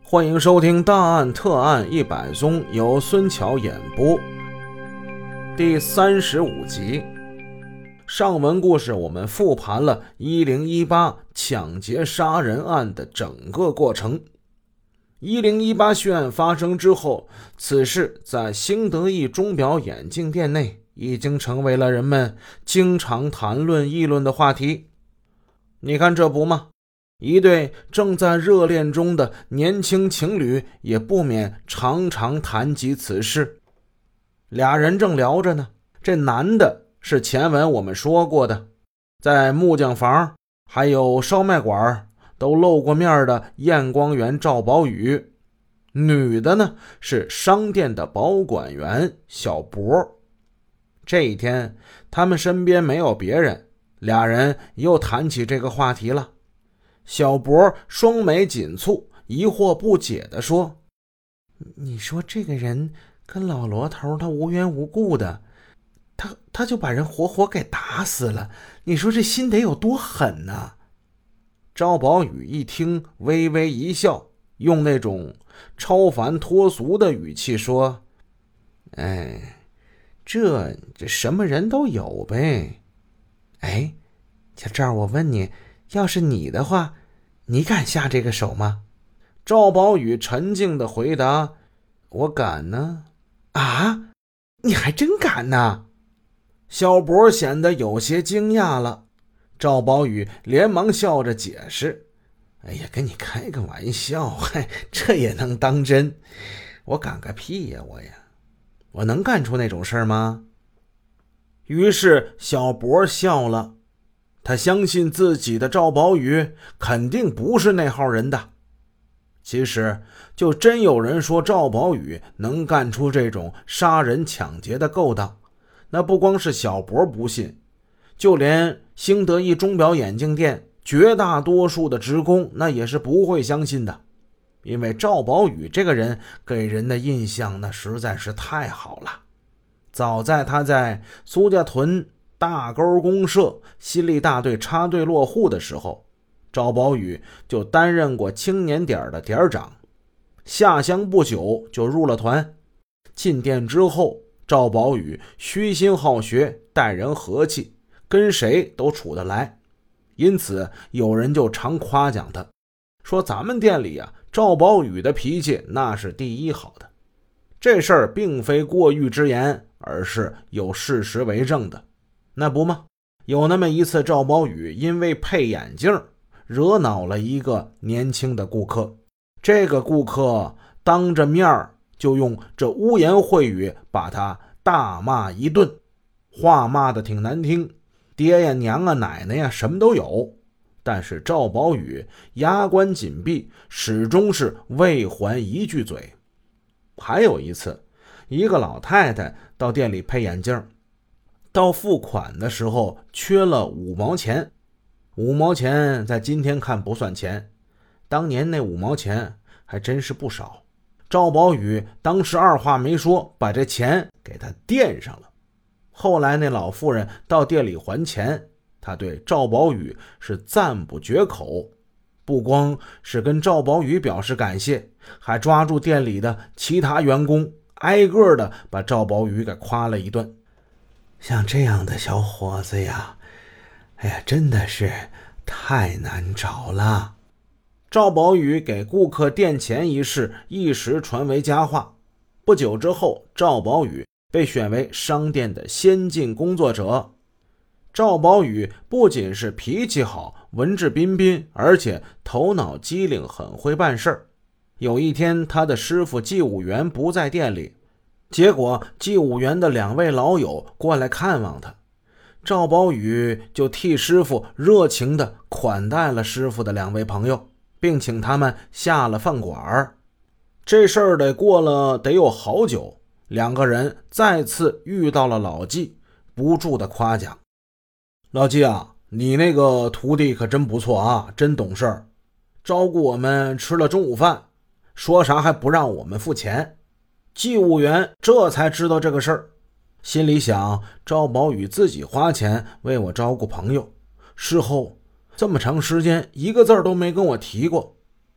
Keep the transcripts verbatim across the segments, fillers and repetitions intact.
欢迎收听大案特案一百宗，由孙桥演播。第三十五集。上文故事我们复盘了一零一八抢劫杀人案的整个过程。一零一八血案发生之后，此事在兴德益钟表眼镜店内已经成为了人们经常谈论议论的话题。你看这不吗？一对正在热恋中的年轻情侣也不免常常谈及此事。俩人正聊着呢，这男的是前文我们说过的，在木匠房还有烧麦馆都露过面的验光员赵宝宇，女的呢是商店的保管员小博。这一天他们身边没有别人，俩人又谈起这个话题了。小博双眉紧蹙，疑惑不解地说：你说这个人跟老罗头他无缘无故的，他他就把人活活给打死了，你说这心得有多狠呢？赵宝宇一听微微一笑，用那种超凡脱俗的语气说：哎，这这什么人都有呗。哎，小赵，我问你，要是你的话，你敢下这个手吗？赵宝宇沉静地回答：我敢呢。啊，你还真敢呢？小博显得有些惊讶了。赵宝宇连忙笑着解释：哎呀，跟你开个玩笑，嗨，这也能当真？我敢个屁呀，我呀，我能干出那种事吗？于是小博笑了。他相信自己的赵宝宇肯定不是那号人的。其实就真有人说赵宝宇能干出这种杀人抢劫的勾当，那不光是小博不信，就连兴德益钟表眼镜店绝大多数的职工那也是不会相信的。因为赵宝宇这个人给人的印象那实在是太好了。早在他在苏家屯大沟公社新力大队插队落户的时候，赵宝宇就担任过青年点的点长。下乡不久就入了团。进店之后，赵宝宇虚心好学，待人和气，跟谁都处得来。因此有人就常夸奖他，说咱们店里啊，赵宝宇的脾气那是第一好的。这事儿并非过誉之言，而是有事实为证的。那不吗？有那么一次，赵宝宇因为配眼镜惹恼了一个年轻的顾客。这个顾客当着面就用这污言秽语把他大骂一顿，话骂得挺难听，爹呀娘啊奶奶呀什么都有。但是赵宝宇牙关紧闭，始终是未还一句嘴。还有一次，一个老太太到店里配眼镜，到付款的时候缺了五毛钱。五毛钱在今天看不算钱，当年那五毛钱还真是不少。赵宝宇当时二话没说，把这钱给他垫上了。后来那老妇人到店里还钱，他对赵宝宇是赞不绝口，不光是跟赵宝宇表示感谢，还抓住店里的其他员工挨个的把赵宝宇给夸了一顿。像这样的小伙子呀，哎呀，真的是太难找了。赵宝宇给顾客垫钱一事一时传为佳话。不久之后，赵宝宇被选为商店的先进工作者。赵宝宇不仅是脾气好，文质彬彬，而且头脑机灵，很会办事。有一天，他的师傅技务员不在店里，结果技务员的两位老友过来看望他，赵宝宇就替师傅热情地款待了师傅的两位朋友，并请他们下了饭馆。这事儿得过了得有好久，两个人再次遇到了老纪，不住地夸奖：老纪啊，你那个徒弟可真不错啊，真懂事儿，照顾我们吃了中午饭，说啥还不让我们付钱。技务员这才知道这个事儿，心里想，赵宝宇自己花钱为我照顾朋友，事后这么长时间一个字都没跟我提过，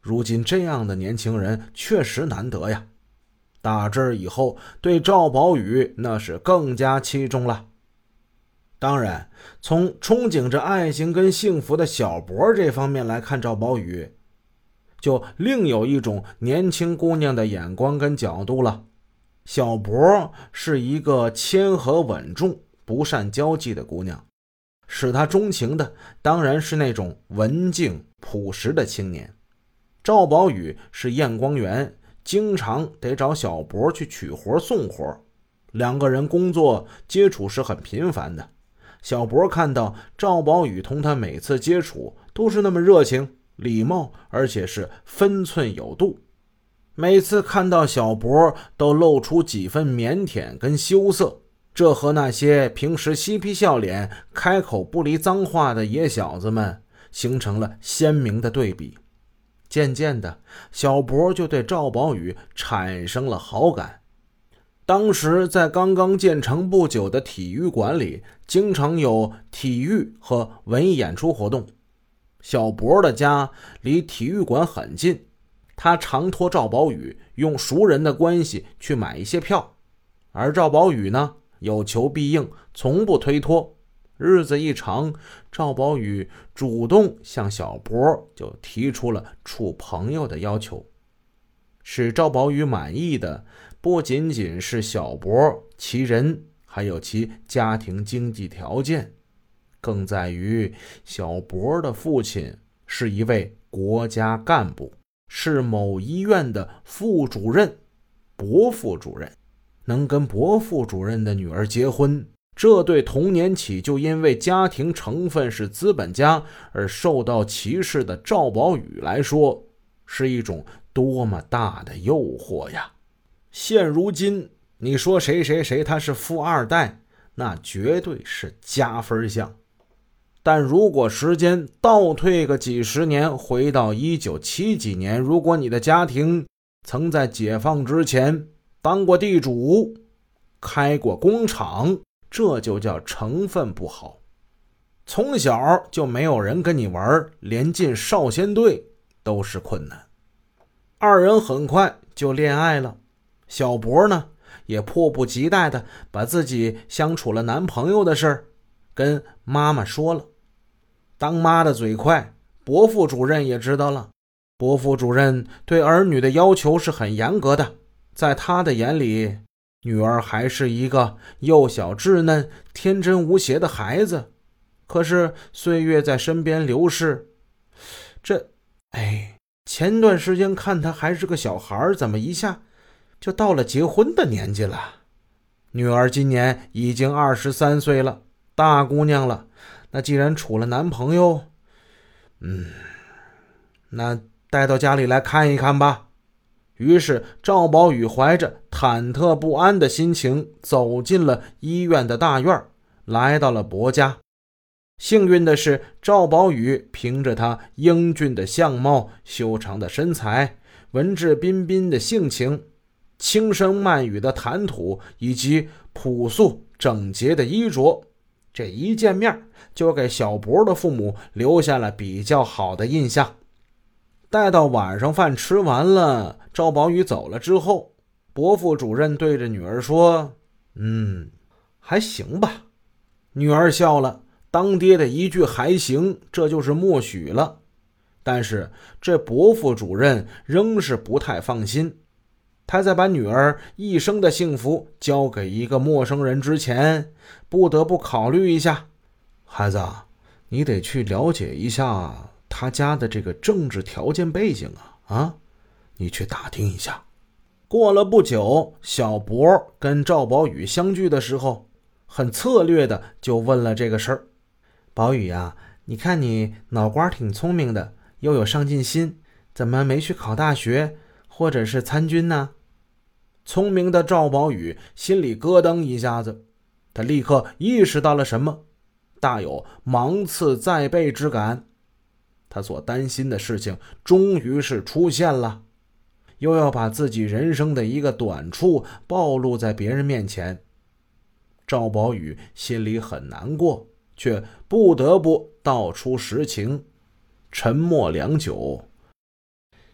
如今这样的年轻人确实难得呀。打这儿以后，对赵宝宇那是更加器重了。当然，从憧憬着爱情跟幸福的小博这方面来看，赵宝宇就另有一种年轻姑娘的眼光跟角度了。小博是一个谦和稳重、不善交际的姑娘，使她钟情的当然是那种文静朴实的青年。赵宝宇是验光员，经常得找小博去取活送活，两个人工作接触是很频繁的。小博看到赵宝宇同他每次接触都是那么热情、礼貌，而且是分寸有度。每次看到小博都露出几分腼腆跟羞涩，这和那些平时嬉皮笑脸、开口不离脏话的野小子们形成了鲜明的对比。渐渐的，小博就对赵宝宇产生了好感。当时在刚刚建成不久的体育馆里，经常有体育和文艺演出活动。小博的家离体育馆很近，他常托赵宝宇用熟人的关系去买一些票，而赵宝宇呢，有求必应，从不推脱。日子一长，赵宝宇主动向小博就提出了处朋友的要求。使赵宝宇满意的不仅仅是小博其人，还有其家庭经济条件，更在于小博的父亲是一位国家干部，是某医院的副主任、博副主任，能跟博副主任的女儿结婚，这对童年起就因为家庭成分是资本家而受到歧视的赵宝宇来说，是一种多么大的诱惑呀！现如今你说谁谁谁他是富二代，那绝对是加分项。但如果时间倒退个几十年，回到一九七几年，如果你的家庭曾在解放之前当过地主，开过工厂，这就叫成分不好。从小就没有人跟你玩，连进少先队都是困难。二人很快就恋爱了，小博呢也迫不及待地把自己相处了男朋友的事儿跟妈妈说了。当妈的嘴快，伯父主任也知道了。伯父主任对儿女的要求是很严格的，在他的眼里，女儿还是一个幼小稚嫩、天真无邪的孩子。可是岁月在身边流逝，这哎，前段时间看他还是个小孩，怎么一下就到了结婚的年纪了？女儿今年已经二十三岁了，大姑娘了。那既然处了男朋友，嗯，那带到家里来看一看吧。于是赵宝宇怀着忐忑不安的心情走进了医院的大院，来到了博家。幸运的是，赵宝宇凭着他英俊的相貌、修长的身材、文质彬彬的性情、轻声慢语的谈吐以及朴素整洁的衣着，这一见面就给小博的父母留下了比较好的印象。待到晚上饭吃完了，赵宝宇走了之后，伯父主任对着女儿说：嗯，还行吧。女儿笑了，当爹的一句还行，这就是默许了。但是这伯父主任仍是不太放心，他在把女儿一生的幸福交给一个陌生人之前，不得不考虑一下。孩子，你得去了解一下他家的这个政治条件背景啊啊，你去打听一下。过了不久，小博跟赵宝宇相聚的时候，很策略的就问了这个事儿。宝宇啊，你看你脑瓜挺聪明的，又有上进心，怎么没去考大学或者是参军呢？聪明的赵宝宇心里咯噔一下子，他立刻意识到了什么，大有芒刺在背之感。他所担心的事情终于是出现了，又要把自己人生的一个短处暴露在别人面前。赵宝宇心里很难过，却不得不道出实情。沉默良久，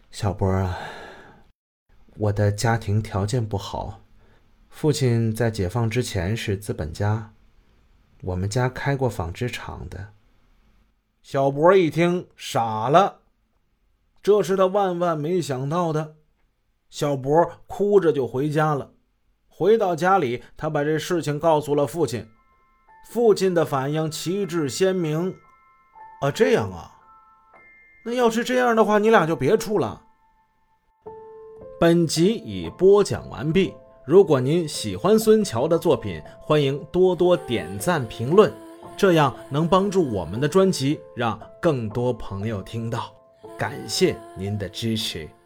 小波啊，我的家庭条件不好，父亲在解放之前是资本家，我们家开过纺织厂的。小波一听傻了，这是他万万没想到的。小波哭着就回家了。回到家里，他把这事情告诉了父亲。父亲的反应旗帜鲜明。啊，这样啊，那要是这样的话，你俩就别处了。本集已播讲完毕。如果您喜欢孙桥的作品，欢迎多多点赞评论，这样能帮助我们的专辑让更多朋友听到。感谢您的支持。